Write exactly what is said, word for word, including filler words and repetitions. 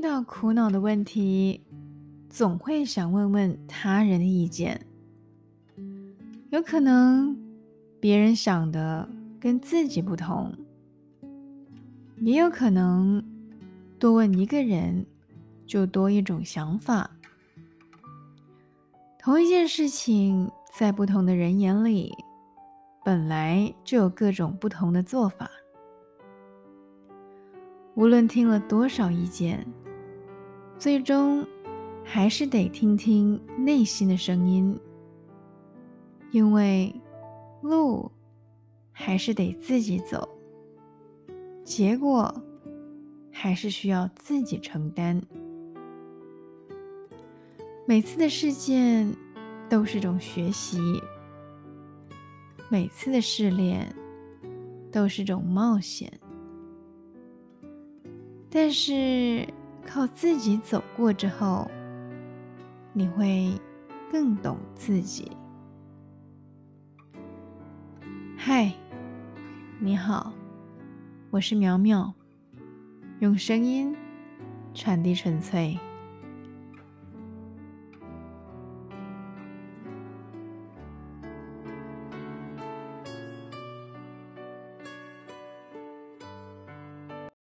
到苦恼的问题，总会想问问他人的意见。有可能别人想的跟自己不同，也有可能多问一个人就多一种想法。同一件事情，在不同的人眼里，本来就有各种不同的做法。无论听了多少意见，最终还是得听听内心的声音，因为路还是得自己走，结果还是需要自己承担。每次的事件都是种学习，每次的试炼都是种冒险，但是靠自己走过之后，你会更懂自己。嗨，你好，我是苗苗，用声音传递纯粹。